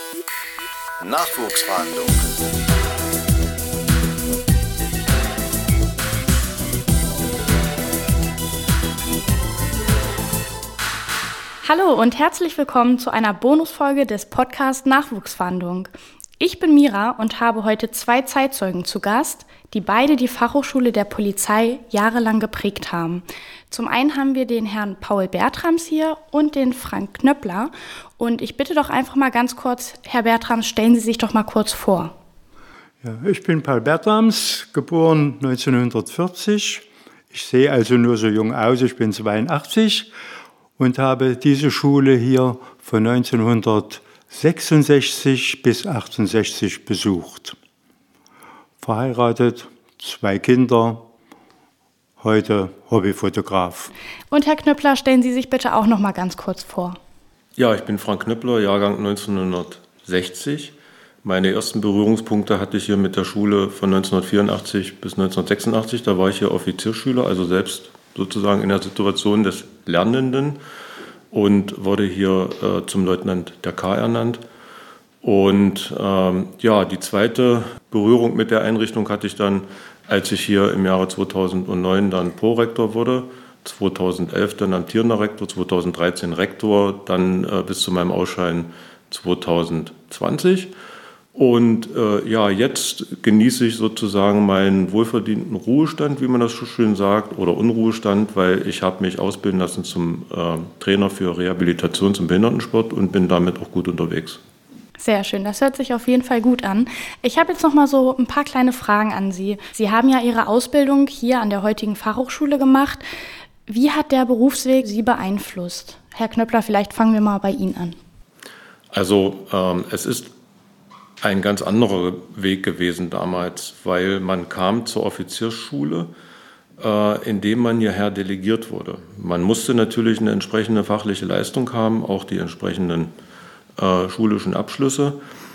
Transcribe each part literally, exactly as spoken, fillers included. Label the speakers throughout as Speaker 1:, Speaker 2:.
Speaker 1: Nachwuchsverhandlung.
Speaker 2: Hallo und herzlich willkommen zu einer Bonusfolge des Podcasts Nachwuchsverhandlung. Ich bin Mira und habe heute zwei Zeitzeugen zu Gast, die beide die Fachhochschule der Polizei jahrelang geprägt haben. Zum einen haben wir den Herrn Paul Bertrams hier und den Frank Knöppler. Und ich bitte doch einfach mal ganz kurz, Herr Bertrams, stellen Sie sich doch mal kurz vor.
Speaker 3: Ja, ich bin Paul Bertrams, geboren neunzehnhundertvierzig. Ich sehe also nur so jung aus, ich bin zweiundachtzig und habe diese Schule hier von neunzehnhundertsechsundsechzig bis achtundsechzig besucht. Verheiratet, zwei Kinder, heute Hobbyfotograf.
Speaker 2: Und Herr Knöppler, stellen Sie sich bitte auch noch mal ganz kurz vor.
Speaker 4: Ja, ich bin Frank Knöppler, Jahrgang neunzehnhundertsechzig. Meine ersten Berührungspunkte hatte ich hier mit der Schule von neunzehnhundertvierundachtzig bis neunzehnhundertsechsundachtzig. Da war ich hier Offiziersschüler, also selbst sozusagen in der Situation des Lernenden und wurde hier äh, zum Leutnant der K ernannt. Und ähm, ja, die zweite Berührung mit der Einrichtung hatte ich dann, als ich hier im Jahre zweitausendneun dann Prorektor wurde, zweitausendelf dann amtierender Rektor, zweitausenddreizehn Rektor, dann äh, bis zu meinem Ausscheiden zweitausendzwanzig. Und äh, ja, jetzt genieße ich sozusagen meinen wohlverdienten Ruhestand, wie man das so schön sagt, oder Unruhestand, weil ich habe mich ausbilden lassen zum äh, Trainer für Rehabilitations- und Behindertensport und bin damit auch gut unterwegs.
Speaker 2: Sehr schön, das hört sich auf jeden Fall gut an. Ich habe jetzt noch mal so ein paar kleine Fragen an Sie. Sie haben ja Ihre Ausbildung hier an der heutigen Fachhochschule gemacht. Wie hat der Berufsweg Sie beeinflusst? Herr Knöppler, vielleicht fangen wir mal bei Ihnen an.
Speaker 4: Also ähm, es ist ein ganz anderer Weg gewesen damals, weil man kam zur Offiziersschule, äh, indem man hierher delegiert wurde. Man musste natürlich eine entsprechende fachliche Leistung haben, auch die entsprechenden äh, schulischen Abschlüsse.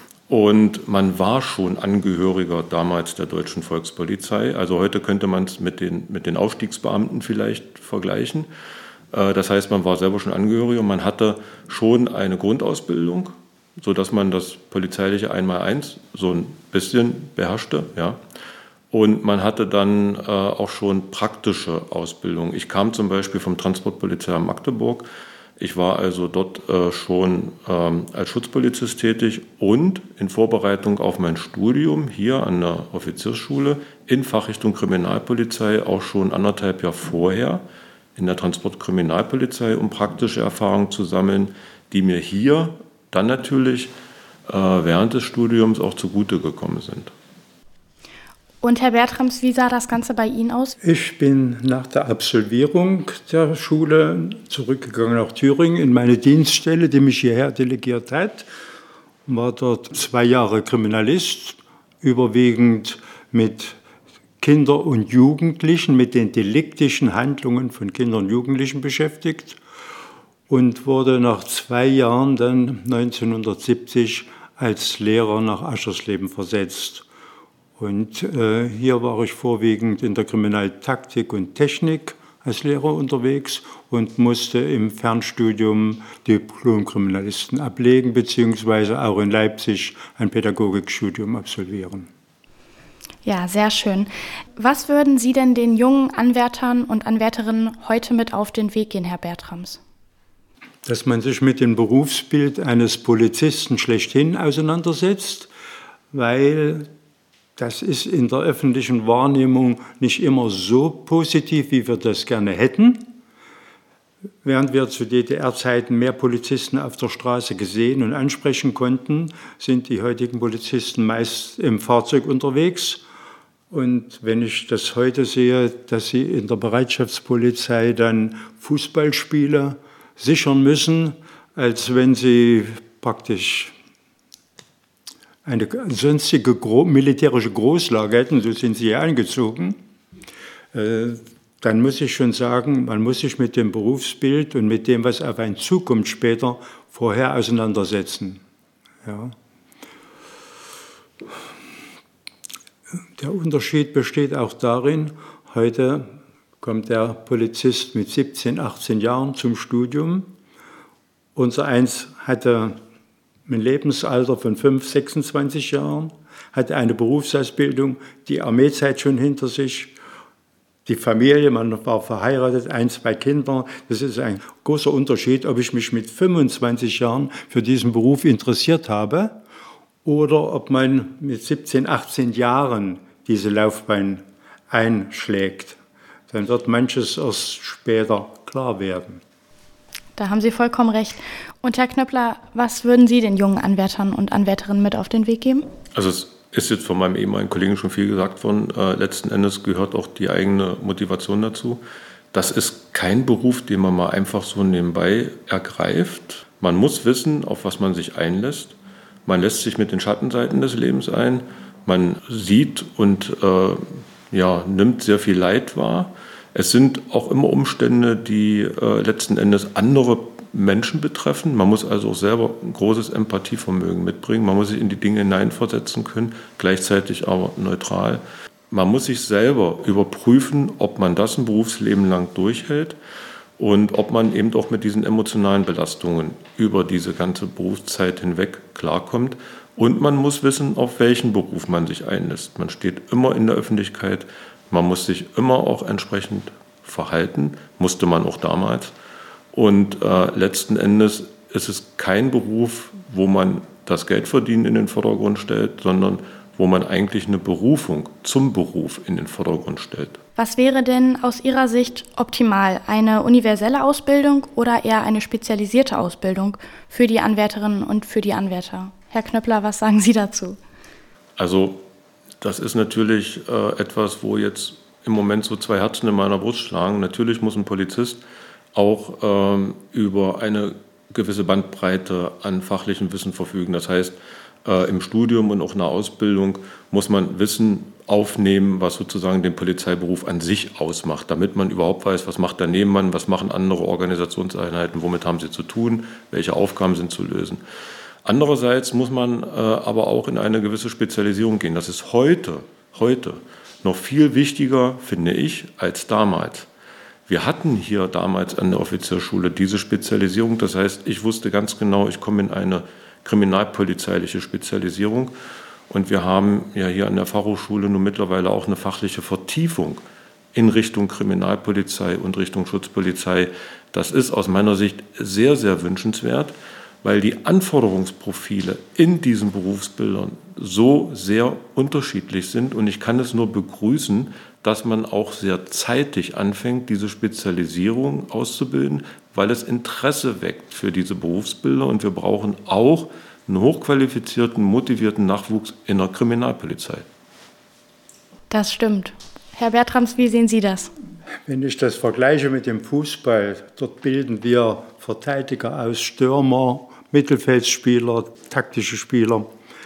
Speaker 4: Und man war schon Angehöriger damals der Deutschen Volkspolizei. Also heute könnte man es mit den, mit den Aufstiegsbeamten vielleicht vergleichen. Äh, das heißt, man war selber schon Angehöriger. Man hatte schon eine Grundausbildung, sodass man das polizeiliche Einmaleins so ein bisschen beherrschte. Ja. Und man hatte dann äh, auch schon praktische Ausbildung. Ich kam zum Beispiel vom Transportpolizei Magdeburg. Ich war also dort äh, schon ähm, als Schutzpolizist tätig und in Vorbereitung auf mein Studium hier an der Offiziersschule in Fachrichtung Kriminalpolizei auch schon anderthalb Jahre vorher in der Transportkriminalpolizei, um praktische Erfahrungen zu sammeln, die mir hier dann natürlich äh, während des Studiums auch zugute gekommen sind.
Speaker 2: Und Herr Bertrams, wie sah das Ganze bei Ihnen aus?
Speaker 3: Ich bin nach der Absolvierung der Schule zurückgegangen nach Thüringen in meine Dienststelle, die mich hierher delegiert hat. War dort zwei Jahre Kriminalist, überwiegend mit Kindern und Jugendlichen, mit den deliktischen Handlungen von Kindern und Jugendlichen beschäftigt. Und wurde nach zwei Jahren dann neunzehnhundertsiebzig als Lehrer nach Aschersleben versetzt. Und äh, hier war ich vorwiegend in der Kriminaltaktik und Technik als Lehrer unterwegs und musste im Fernstudium Diplom-Kriminalisten ablegen, beziehungsweise auch in Leipzig ein Pädagogikstudium absolvieren.
Speaker 2: Ja, sehr schön. Was würden Sie denn den jungen Anwärtern und Anwärterinnen heute mit auf den Weg gehen, Herr Bertrams?
Speaker 3: Dass man sich mit dem Berufsbild eines Polizisten schlechthin auseinandersetzt, weil das ist in der öffentlichen Wahrnehmung nicht immer so positiv, wie wir das gerne hätten. Während wir zu D D R-Zeiten mehr Polizisten auf der Straße gesehen und ansprechen konnten, sind die heutigen Polizisten meist im Fahrzeug unterwegs. Und wenn ich das heute sehe, dass sie in der Bereitschaftspolizei dann Fußballspiele sichern müssen, als wenn sie praktisch eine sonstige gro- militärische Großlage hätten, so sind sie hier angezogen, äh, dann muss ich schon sagen, man muss sich mit dem Berufsbild und mit dem, was auf einen zukommt später, vorher auseinandersetzen. Ja. Der Unterschied besteht auch darin, heute kommt der Polizist mit siebzehn, achtzehn Jahren zum Studium. Unser Eins hatte ein Lebensalter von fünf, sechsundzwanzig Jahren, hatte eine Berufsausbildung, die Armeezeit schon hinter sich, die Familie, man war verheiratet, ein, zwei Kinder. Das ist ein großer Unterschied, ob ich mich mit fünfundzwanzig Jahren für diesen Beruf interessiert habe oder ob man mit siebzehn, achtzehn Jahren diese Laufbahn einschlägt. Dann wird manches erst später klar werden.
Speaker 2: Da haben Sie vollkommen recht. Und Herr Knöppler, was würden Sie den jungen Anwärtern und Anwärterinnen mit auf den Weg geben?
Speaker 4: Also es ist jetzt von meinem ehemaligen Kollegen schon viel gesagt worden. Äh, letzten Endes gehört auch die eigene Motivation dazu. Das ist kein Beruf, den man mal einfach so nebenbei ergreift. Man muss wissen, auf was man sich einlässt. Man lässt sich mit den Schattenseiten des Lebens ein. Man sieht und äh, ja, nimmt sehr viel Leid wahr. Es sind auch immer Umstände, die äh, letzten Endes andere Menschen betreffen. Man muss also auch selber ein großes Empathievermögen mitbringen. Man muss sich in die Dinge hineinversetzen können, gleichzeitig aber neutral. Man muss sich selber überprüfen, ob man das ein Berufsleben lang durchhält und ob man eben auch mit diesen emotionalen Belastungen über diese ganze Berufszeit hinweg klarkommt. Und man muss wissen, auf welchen Beruf man sich einlässt. Man steht immer in der Öffentlichkeit. Man muss sich immer auch entsprechend verhalten, musste man auch damals. Und äh, letzten Endes ist es kein Beruf, wo man das Geldverdienen in den Vordergrund stellt, sondern wo man eigentlich eine Berufung zum Beruf in den Vordergrund stellt.
Speaker 2: Was wäre denn aus Ihrer Sicht optimal? Eine universelle Ausbildung oder eher eine spezialisierte Ausbildung für die Anwärterinnen und für die Anwärter? Herr Knöppler, was sagen Sie dazu?
Speaker 4: Also das ist natürlich äh, etwas, wo jetzt im Moment so zwei Herzen in meiner Brust schlagen. Natürlich muss ein Polizist auch ähm, über eine gewisse Bandbreite an fachlichem Wissen verfügen. Das heißt, äh, im Studium und auch in der Ausbildung muss man Wissen aufnehmen, was sozusagen den Polizeiberuf an sich ausmacht, damit man überhaupt weiß, was macht der Nebenmann, was machen andere Organisationseinheiten, womit haben sie zu tun, welche Aufgaben sind zu lösen. Andererseits muss man äh, aber auch in eine gewisse Spezialisierung gehen. Das ist heute, heute noch viel wichtiger, finde ich, als damals. Wir hatten hier damals an der Offiziersschule diese Spezialisierung. Das heißt, ich wusste ganz genau, ich komme in eine kriminalpolizeiliche Spezialisierung. Und wir haben ja hier an der Fachhochschule nun mittlerweile auch eine fachliche Vertiefung in Richtung Kriminalpolizei und Richtung Schutzpolizei. Das ist aus meiner Sicht sehr, sehr wünschenswert, weil die Anforderungsprofile in diesen Berufsbildern so sehr unterschiedlich sind. Und ich kann es nur begrüßen, dass man auch sehr zeitig anfängt, diese Spezialisierung auszubilden, weil es Interesse weckt für diese Berufsbilder. Und wir brauchen auch einen hochqualifizierten, motivierten Nachwuchs in der Kriminalpolizei.
Speaker 2: Das stimmt. Herr Bertrams, wie sehen Sie das?
Speaker 3: Wenn ich das vergleiche mit dem Fußball, dort bilden wir Verteidiger aus, Stürmer, Mittelfeldspieler, taktische Spieler.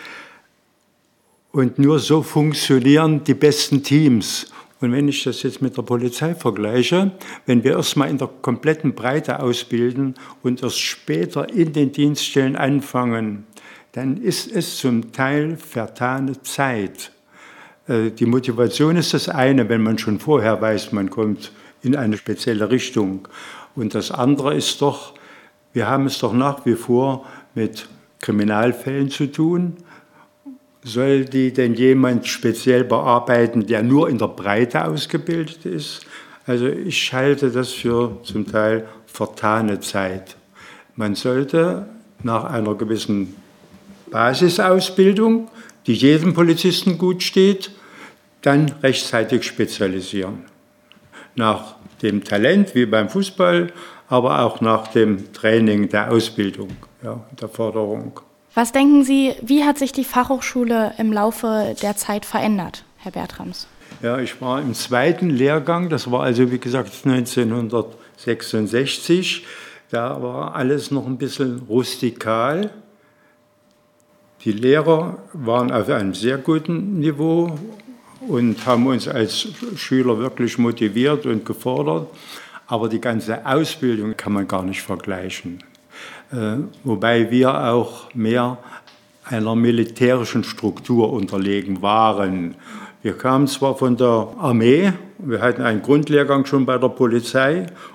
Speaker 3: Und nur so funktionieren die besten Teams. Und wenn ich das jetzt mit der Polizei vergleiche, wenn wir erstmal in der kompletten Breite ausbilden und erst später in den Dienststellen anfangen, dann ist es zum Teil vertane Zeit. Die Motivation ist das eine, wenn man schon vorher weiß, man kommt in eine spezielle Richtung. Und das andere ist doch, wir haben es doch nach wie vor mit Kriminalfällen zu tun. Soll die denn jemand speziell bearbeiten, der nur in der Breite ausgebildet ist? Also ich halte das für zum Teil vertane Zeit. Man sollte nach einer gewissen Basisausbildung, die jedem Polizisten gut steht, dann rechtzeitig spezialisieren. Nach dem Talent, wie beim Fußball, aber auch nach dem Training, der Ausbildung, ja, der Förderung.
Speaker 2: Was denken Sie, wie hat sich die Fachhochschule im Laufe der Zeit verändert, Herr Bertrams?
Speaker 3: Ja, ich war im zweiten Lehrgang, das war also wie gesagt neunzehnhundertsechsundsechzig. Da war alles noch ein bisschen rustikal. Die Lehrer waren auf einem sehr guten Niveau und haben uns als Schüler wirklich motiviert und gefordert. Aber die ganze Ausbildung kann man gar nicht vergleichen. Äh, wobei wir auch mehr einer militärischen Struktur unterlegen waren. Wir kamen zwar von der Armee, wir hatten einen Grundlehrgang schon bei der Polizei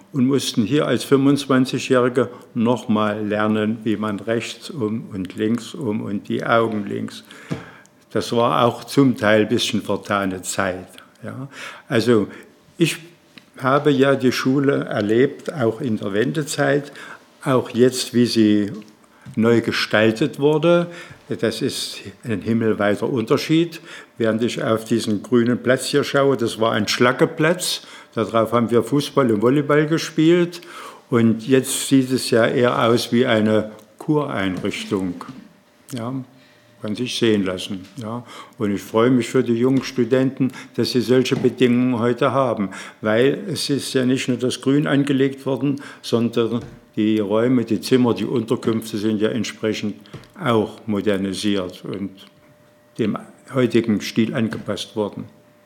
Speaker 3: und mussten hier als fünfundzwanzigjährige nochmal lernen, wie man rechts um und links um und die Augen links. Das war auch zum Teil ein bisschen vertane Zeit. Ja. Also ich habe ja die Schule erlebt, auch in der Wendezeit, auch jetzt, wie sie neu gestaltet wurde. Das ist ein himmelweiter Unterschied. Während ich auf diesen grünen Platz hier schaue, das war ein Schlackeplatz. Darauf haben wir Fußball und Volleyball gespielt. Und jetzt sieht es ja eher aus wie eine Kureinrichtung. Ja, kann sich sehen lassen. Ja. Und ich freue mich für die jungen Studenten, dass sie solche Bedingungen heute haben. Weil es ist ja nicht nur das Grün angelegt worden, sondern die Räume, die Zimmer, die Unterkünfte sind ja entsprechend auch modernisiert und dem heutigen Stil angepasst worden.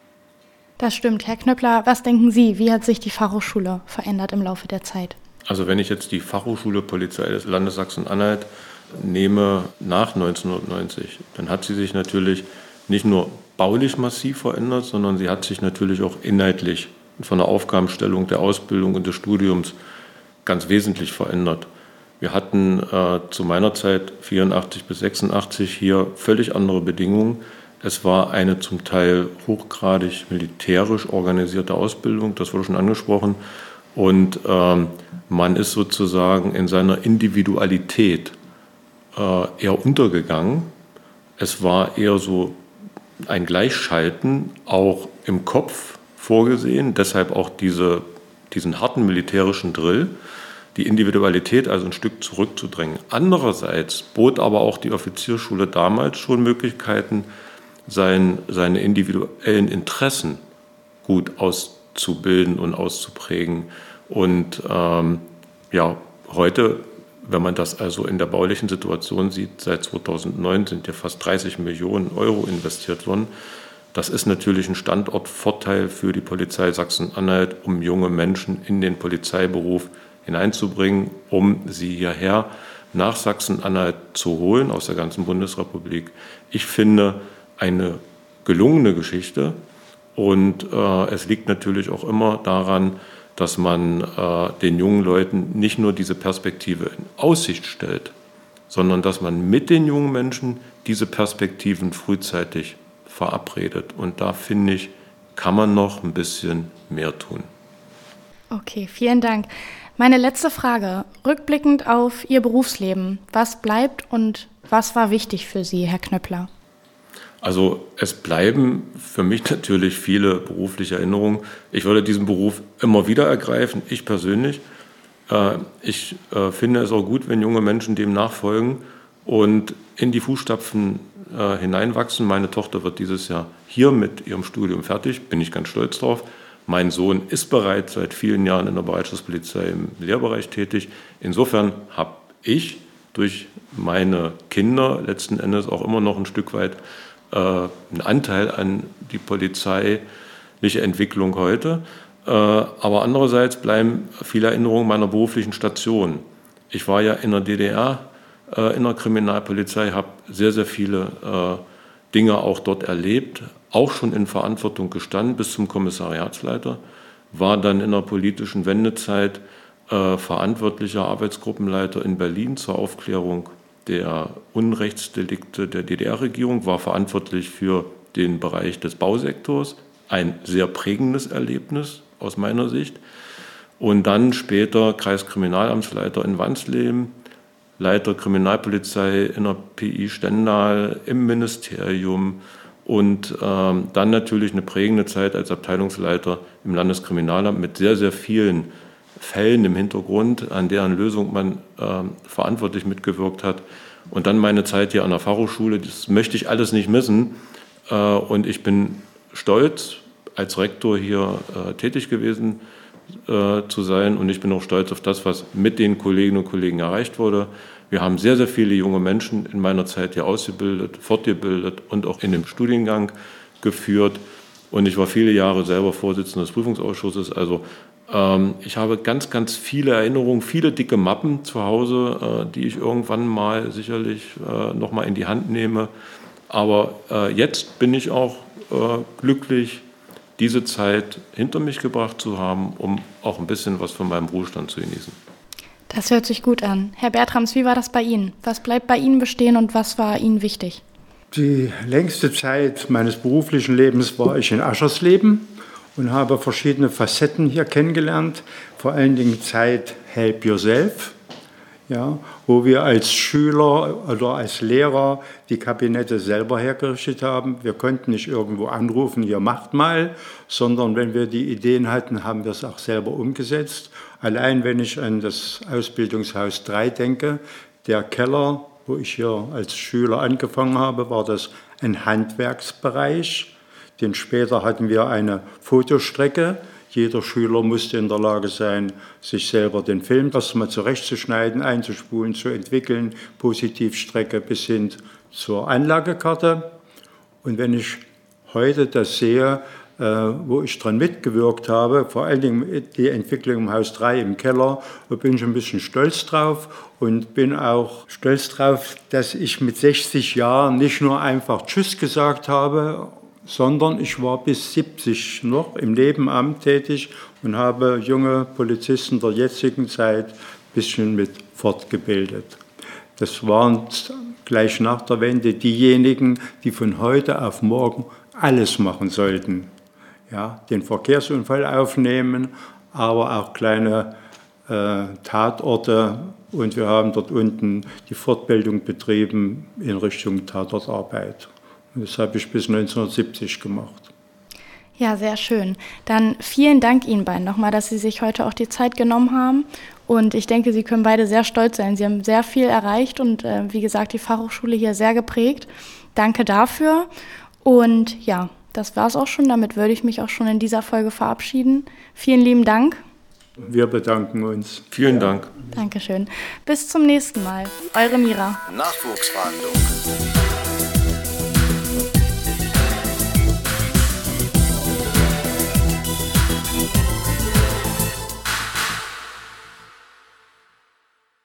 Speaker 2: Das stimmt. Herr Knöppler, was denken Sie, wie hat sich die Fachhochschule verändert im Laufe der Zeit?
Speaker 4: Also wenn ich jetzt die Fachhochschule Polizei des Landes Sachsen-Anhalt nehme nach neunzehnhundertneunzig, dann hat sie sich natürlich nicht nur baulich massiv verändert, sondern sie hat sich natürlich auch inhaltlich von der Aufgabenstellung der Ausbildung und des Studiums ganz wesentlich verändert. Wir hatten äh, zu meiner Zeit vierundachtzig bis sechsundachtzig hier völlig andere Bedingungen. Es war eine zum Teil hochgradig militärisch organisierte Ausbildung, das wurde schon angesprochen. Und ähm, man ist sozusagen in seiner Individualität äh, eher untergegangen. Es war eher so ein Gleichschalten, auch im Kopf vorgesehen, deshalb auch diese, diesen harten militärischen Drill, die Individualität also ein Stück zurückzudrängen. Andererseits bot aber auch die Offiziersschule damals schon Möglichkeiten, sein, seine individuellen Interessen gut auszubilden und auszuprägen. Und ähm, ja, heute, wenn man das also in der baulichen Situation sieht, seit zweitausendneun sind ja fast dreißig Millionen Euro investiert worden. Das ist natürlich ein Standortvorteil für die Polizei Sachsen-Anhalt, um junge Menschen in den Polizeiberuf hineinzubringen, um sie hierher nach Sachsen-Anhalt zu holen, aus der ganzen Bundesrepublik. Ich finde eine gelungene Geschichte und äh, es liegt natürlich auch immer daran, dass man äh, den jungen Leuten nicht nur diese Perspektive in Aussicht stellt, sondern dass man mit den jungen Menschen diese Perspektiven frühzeitig verabredet. Und da, finde ich, kann man noch ein bisschen mehr tun.
Speaker 2: Okay, vielen Dank. Meine letzte Frage, rückblickend auf Ihr Berufsleben, was bleibt und was war wichtig für Sie, Herr Knöppler?
Speaker 4: Also es bleiben für mich natürlich viele berufliche Erinnerungen. Ich würde diesen Beruf immer wieder ergreifen, ich persönlich. Ich finde es auch gut, wenn junge Menschen dem nachfolgen und in die Fußstapfen hineinwachsen. Meine Tochter wird dieses Jahr hier mit ihrem Studium fertig, bin ich ganz stolz drauf. Mein Sohn ist bereits seit vielen Jahren in der Bereitschaftspolizei im Lehrbereich tätig. Insofern habe ich durch meine Kinder letzten Endes auch immer noch ein Stück weit äh, einen Anteil an die polizeiliche Entwicklung heute. Äh, aber andererseits bleiben viele Erinnerungen meiner beruflichen Station. Ich war ja in der D D R äh, in der Kriminalpolizei, habe sehr, sehr viele äh, Dinge auch dort erlebt, auch schon in Verantwortung gestanden bis zum Kommissariatsleiter, war dann in der politischen Wendezeit äh, verantwortlicher Arbeitsgruppenleiter in Berlin zur Aufklärung der Unrechtsdelikte der D D R-Regierung, war verantwortlich für den Bereich des Bausektors, ein sehr prägendes Erlebnis aus meiner Sicht. Und dann später Kreiskriminalamtsleiter in Wansleben, Leiter Kriminalpolizei in der P I Stendal, im Ministerium und ähm, dann natürlich eine prägende Zeit als Abteilungsleiter im Landeskriminalamt mit sehr, sehr vielen Fällen im Hintergrund, an deren Lösung man ähm, verantwortlich mitgewirkt hat. Und dann meine Zeit hier an der Fachhochschule, das möchte ich alles nicht missen. Äh, und ich bin stolz, als Rektor hier äh, tätig gewesen äh, zu sein. Und ich bin auch stolz auf das, was mit den Kolleginnen und Kollegen erreicht wurde. Wir haben sehr, sehr viele junge Menschen in meiner Zeit hier ausgebildet, fortgebildet und auch in dem Studiengang geführt. Und ich war viele Jahre selber Vorsitzender des Prüfungsausschusses. Also ähm, ich habe ganz, ganz viele Erinnerungen, viele dicke Mappen zu Hause, äh, die ich irgendwann mal sicherlich äh, noch mal in die Hand nehme. Aber äh, jetzt bin ich auch äh, glücklich, diese Zeit hinter mich gebracht zu haben, um auch ein bisschen was von meinem Ruhestand zu genießen.
Speaker 2: Das hört sich gut an. Herr Bertrams, wie war das bei Ihnen? Was bleibt bei Ihnen bestehen und was war Ihnen wichtig?
Speaker 3: Die längste Zeit meines beruflichen Lebens war ich in Aschersleben und habe verschiedene Facetten hier kennengelernt. Vor allen Dingen Zeit Help Yourself, ja, wo wir als Schüler oder als Lehrer die Kabinette selber hergerichtet haben. Wir konnten nicht irgendwo anrufen, hier macht mal, sondern wenn wir die Ideen hatten, haben wir es auch selber umgesetzt. Allein wenn ich an das Ausbildungshaus drei denke, der Keller, wo ich hier als Schüler angefangen habe, war das ein Handwerksbereich. Denn später hatten wir eine Fotostrecke. Jeder Schüler musste in der Lage sein, sich selber den Film erstmal zurechtzuschneiden, einzuspulen, zu entwickeln, Positivstrecke bis hin zur Anlagekarte. Und wenn ich heute das sehe, äh, wo ich dran mitgewirkt habe, vor allen Dingen die Entwicklung im Haus drei im Keller, da bin ich ein bisschen stolz drauf und bin auch stolz drauf, dass ich mit sechzig Jahren nicht nur einfach Tschüss gesagt habe, sondern ich war bis siebzig noch im Nebenamt tätig und habe junge Polizisten der jetzigen Zeit ein bisschen mit fortgebildet. Das waren gleich nach der Wende diejenigen, die von heute auf morgen alles machen sollten. Ja, den Verkehrsunfall aufnehmen, aber auch kleine äh, Tatorte. Und wir haben dort unten die Fortbildung betrieben in Richtung Tatortarbeit. Das habe ich bis neunzehnhundertsiebzig gemacht.
Speaker 2: Ja, sehr schön. Dann vielen Dank Ihnen beiden nochmal, dass Sie sich heute auch die Zeit genommen haben. Und ich denke, Sie können beide sehr stolz sein. Sie haben sehr viel erreicht und äh, wie gesagt, die Fachhochschule hier sehr geprägt. Danke dafür. Und ja, das war es auch schon. Damit würde ich mich auch schon in dieser Folge verabschieden. Vielen lieben Dank.
Speaker 3: Wir bedanken uns.
Speaker 4: Vielen Dank.
Speaker 2: Dankeschön. Bis zum nächsten Mal. Eure Mira.
Speaker 1: Nachwuchsverhandlung.